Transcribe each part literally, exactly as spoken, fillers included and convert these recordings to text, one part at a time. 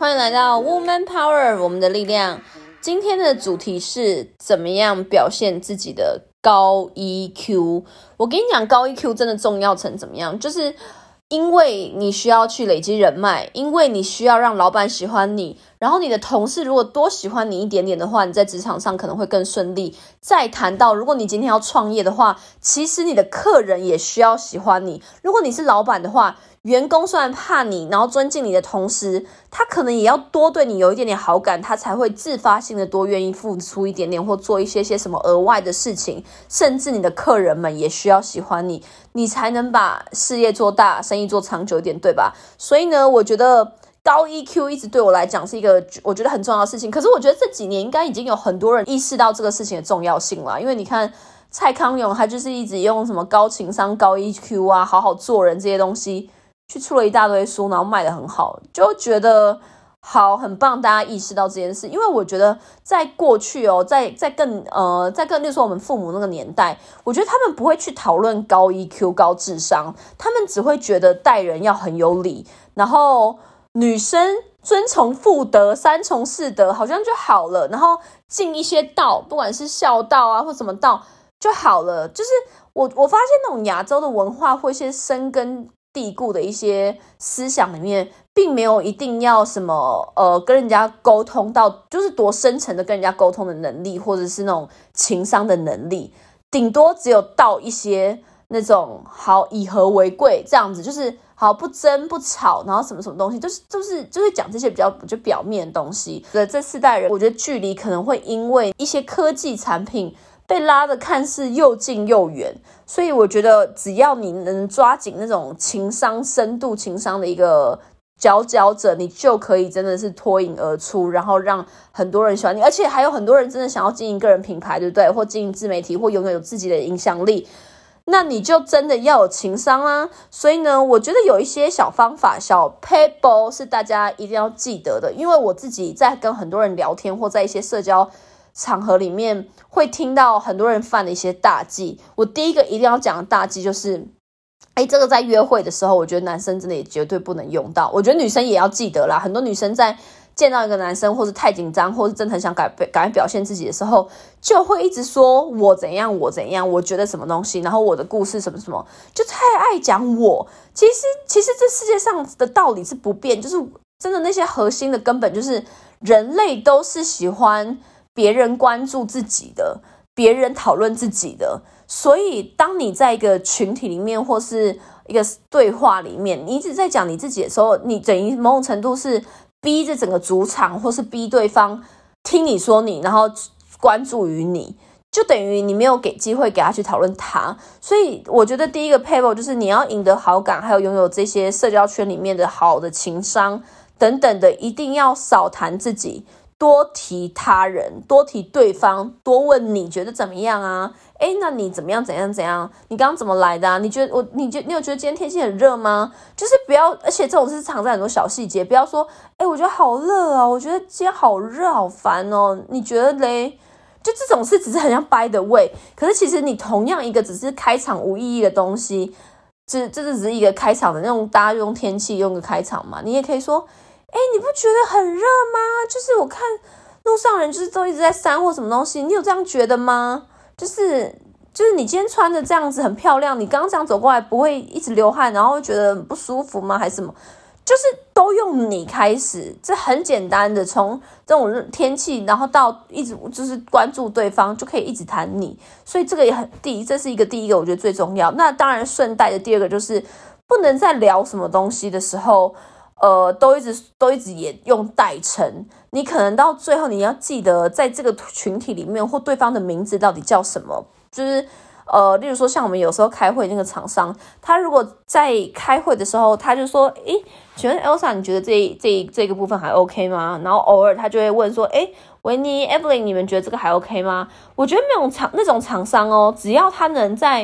欢迎来到 Woman Power 我们的力量。今天的主题是怎么样表现自己的高 E Q。 我跟你讲，高 E Q 真的重要成怎么样，就是因为你需要去累积人脉，因为你需要让老板喜欢你，然后你的同事如果多喜欢你一点点的话，你在职场上可能会更顺利。再谈到如果你今天要创业的话，其实你的客人也需要喜欢你。如果你是老板的话，员工虽然怕你，然后尊敬你的同时，他可能也要多对你有一点点好感，他才会自发性的多愿意付出一点点，或做一些些什么额外的事情。甚至你的客人们也需要喜欢你，你才能把事业做大，生意做长久一点，对吧？所以呢，我觉得高 E Q 一直对我来讲是一个我觉得很重要的事情。可是我觉得这几年应该已经有很多人意识到这个事情的重要性了，因为你看蔡康永他就是一直用什么高情商、高 E Q 啊、好好做人这些东西去出了一大堆书，然后卖得很好，就觉得好很棒，大家意识到这件事。因为我觉得在过去哦，在在更呃在更例如说我们父母那个年代，我觉得他们不会去讨论高 E Q 高智商，他们只会觉得待人要很有礼，然后女生遵从妇德三从四德好像就好了，然后尽一些道，不管是孝道啊或什么道就好了。就是我我发现那种亚洲的文化或一些深根蒂固的一些思想里面，并没有一定要什么呃跟人家沟通到就是多深层的跟人家沟通的能力，或者是那种情商的能力，顶多只有到一些那种好以和为贵这样子，就是好不争不吵，然后什么什么东西，就是就是就是讲这些比较就表面的东西。对这世代人，我觉得距离可能会因为一些科技产品被拉得看似又近又远，所以我觉得只要你能抓紧那种情商深度情商的一个佼佼者，你就可以真的是脱颖而出，然后让很多人喜欢你。而且还有很多人真的想要经营个人品牌，对不对？或经营自媒体，或拥有自己的影响力，那你就真的要有情商啦。所以呢，我觉得有一些小方法小 paper 是大家一定要记得的。因为我自己在跟很多人聊天，或在一些社交场合里面会听到很多人犯的一些大忌。我第一个一定要讲的大忌就是哎，这个在约会的时候，我觉得男生真的也绝对不能用到，我觉得女生也要记得啦。很多女生在见到一个男生，或是太紧张，或是真的很想赶赶快表现自己的时候，就会一直说我怎样我怎样，我觉得什么东西，然后我的故事什么什么，就太爱讲我。其实其实这世界上的道理是不变，就是真的那些核心的根本就是人类都是喜欢别人关注自己的，别人讨论自己的。所以当你在一个群体里面，或是一个对话里面，你一直在讲你自己的时候，你等于某种程度是逼着整个主场，或是逼对方听你说你，然后关注于你，就等于你没有给机会给他去讨论他。所以我觉得第一个 paper 就是你要赢得好感，还有拥有这些社交圈里面的好的情商等等的，一定要少谈自己，多提他人，多提对方，多问你觉得怎么样啊？诶，那你怎么样怎样怎样？你刚刚怎么来的啊？你觉得我你觉你有觉得今天天气很热吗？就是不要，而且这种是藏在很多小细节，不要说诶我觉得好热啊，我觉得今天好热好烦哦，你觉得嘞？就这种事只是很像 by the way， 可是其实你同样一个只是开场无意义的东西，这这只是一个开场的那种，大家用天气用个开场嘛，你也可以说诶你不觉得很热吗？就是我看路上人就是都一直在扇或什么东西，你有这样觉得吗？就是就是你今天穿的这样子很漂亮，你刚刚这样走过来不会一直流汗，然后会觉得很不舒服吗？还是什么？就是都用你开始，这很简单的，从这种天气，然后到一直就是关注对方，就可以一直谈你。所以这个也很第一，这是一个第一个我觉得最重要。那当然顺带的第二个就是不能在聊什么东西的时候呃，都一直都一直也用代称，你可能到最后你要记得在这个群体里面或对方的名字到底叫什么，就是呃，例如说像我们有时候开会那个厂商，他如果在开会的时候，他就说，诶，请问 Elsa 你觉得这这这个部分还 OK 吗？然后偶尔他就会问说，诶，维尼 Evelyn 你们觉得这个还 OK 吗？我觉得那种厂那种厂商哦，只要他能在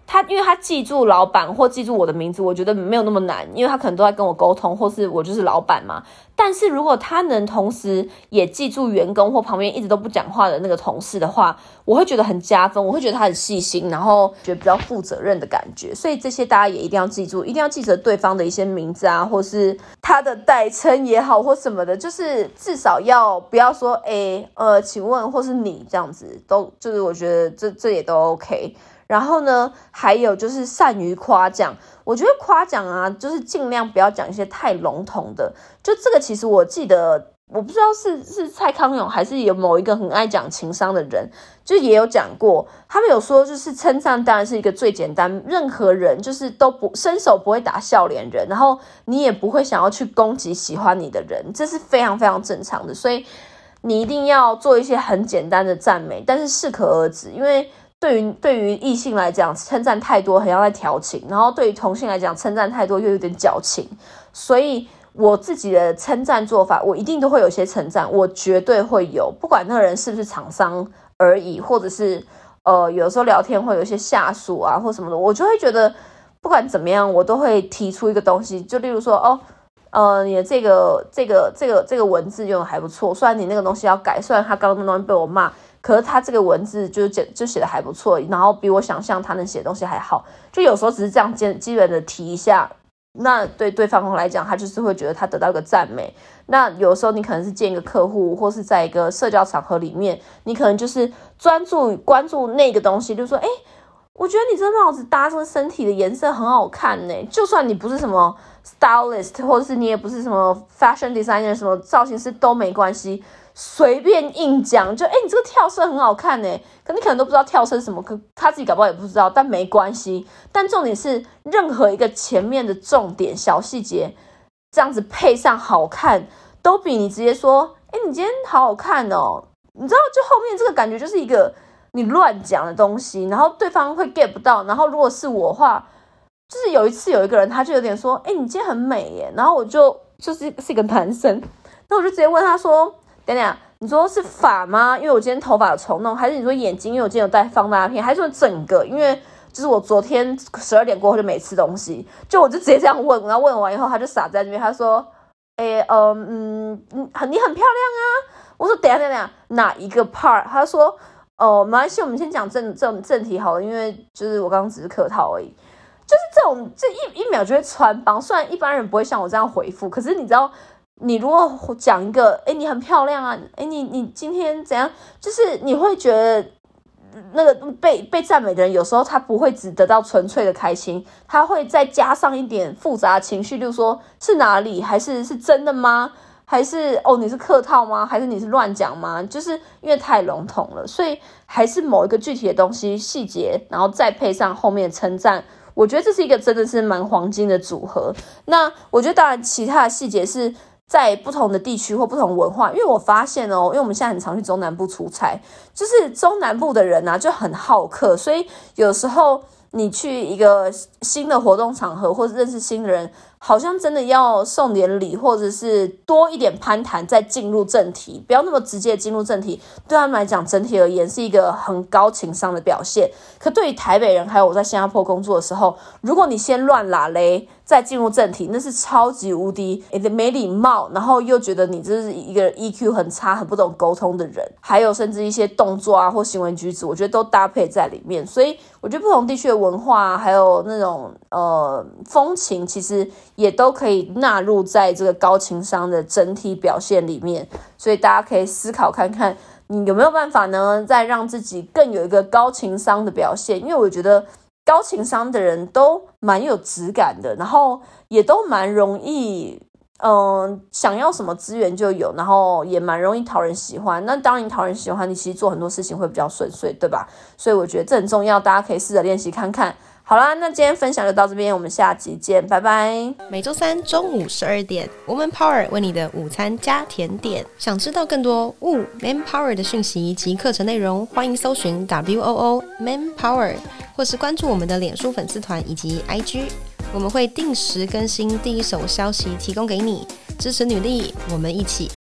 他因为他记住老板或记住我的名字，我觉得没有那么难，因为他可能都在跟我沟通，或是我就是老板嘛。但是如果他能同时也记住员工或旁边一直都不讲话的那个同事的话，我会觉得很加分，我会觉得他很细心，然后觉得比较负责任的感觉。所以这些大家也一定要记住，一定要记着对方的一些名字啊，或是他的代称也好或什么的，就是至少要不要说诶呃请问或是你这样子，都就是我觉得这这也都 OK。然后呢，还有就是善于夸奖，我觉得夸奖啊，就是尽量不要讲一些太笼统的。就这个，其实我记得，我不知道是是蔡康永还是有某一个很爱讲情商的人，就也有讲过，他们有说，就是称赞当然是一个最简单，任何人就是都不伸手不会打笑脸人，然后你也不会想要去攻击喜欢你的人，这是非常非常正常的，所以你一定要做一些很简单的赞美，但是适可而止，因为对于对于异性来讲，称赞太多很像在调情，然后对于同性来讲，称赞太多又有点矫情。所以我自己的称赞做法，我一定都会有些称赞，我绝对会有，不管那个人是不是厂商而已，或者是呃有时候聊天会有一些下属啊或什么的，我就会觉得不管怎么样，我都会提出一个东西，就例如说哦。呃，你的这个这个这个这个文字用的还不错，虽然你那个东西要改，虽然他刚刚那东西被我骂，可是他这个文字就就写的还不错，然后比我想象他能写的东西还好，就有时候只是这样基基本的提一下，那对对方来讲，他就是会觉得他得到一个赞美。那有时候你可能是见一个客户，或是在一个社交场合里面，你可能就是专注关注那个东西，就是说，哎，我觉得你这个帽子搭这个身体的颜色很好看呢，就算你不是什么 stylist， 或者是你也不是什么 fashion designer， 什么造型师都没关系，随便硬讲，就哎，你这个跳色很好看呢，可你可能都不知道跳色是什么，可他自己搞不好也不知道，但没关系。但重点是任何一个前面的重点小细节，这样子配上好看，都比你直接说，哎，你今天好好看哦，你知道，就后面这个感觉就是一个你乱讲的东西，然后对方会 get 不到。然后如果是我的话，就是有一次有一个人他就有点说，哎，你今天很美耶，然后我就就是是一个男生，那我就直接问他说，等等，你说是发吗？因为我今天头发有重弄，还是你说眼睛？因为我今天有带放大片，还是说整个？因为就是我昨天十二点过后就没吃东西，就我就直接这样问，然后问完以后他就傻在那边，他说，哎，呃，嗯，你很你很漂亮啊。我说等一下等一下，哪一个 part？ 他说，哦，没关系，我们先讲正正正题好了，因为就是我刚刚只是客套而已。就是这种这一一秒就会穿帮，虽然一般人不会像我这样回复，可是你知道，你如果讲一个，哎，你很漂亮啊，哎，你你今天怎样，就是你会觉得那个被被赞美的人，有时候他不会只得到纯粹的开心，他会再加上一点复杂的情绪，例如说是哪里，还是是真的吗？还是哦你是客套吗？还是你是乱讲吗？就是因为太笼统了，所以还是某一个具体的东西细节，然后再配上后面的称赞。我觉得这是一个真的是蛮黄金的组合。那我觉得当然其他的细节是在不同的地区或不同文化，因为我发现哦，因为我们现在很常去中南部出差，就是中南部的人啊就很好客，所以有时候你去一个新的活动场合或者认识新的人，好像真的要送点礼，或者是多一点攀谈再进入正题，不要那么直接进入正题，对他们来讲整体而言是一个很高情商的表现。可对于台北人还有我在新加坡工作的时候，如果你先乱拉雷再进入正题，那是超级无敌没礼貌，然后又觉得你这是一个 E Q 很差很不懂沟通的人，还有甚至一些动作啊或行为举止，我觉得都搭配在里面。所以我觉得不同地区的文化啊，还有那种呃风情，其实也都可以纳入在这个高情商的整体表现里面。所以大家可以思考看看，你有没有办法呢，再让自己更有一个高情商的表现。因为我觉得高情商的人都蛮有质感的，然后也都蛮容易嗯、呃，想要什么资源就有，然后也蛮容易讨人喜欢。那当你讨人喜欢，你其实做很多事情会比较顺遂，对吧？所以我觉得这很重要，大家可以试着练习看看。好啦，那今天分享就到这边，我们下集见，拜拜。 每周三中午十二点 Woman Power 为你的午餐加甜点。想知道更多 W Man Power 的讯息及课程内容，欢迎搜寻 W O O Man Power， 或是关注我们的脸书粉丝团以及 I G， 我们会定时更新第一手消息提供给你。支持女力，我们一起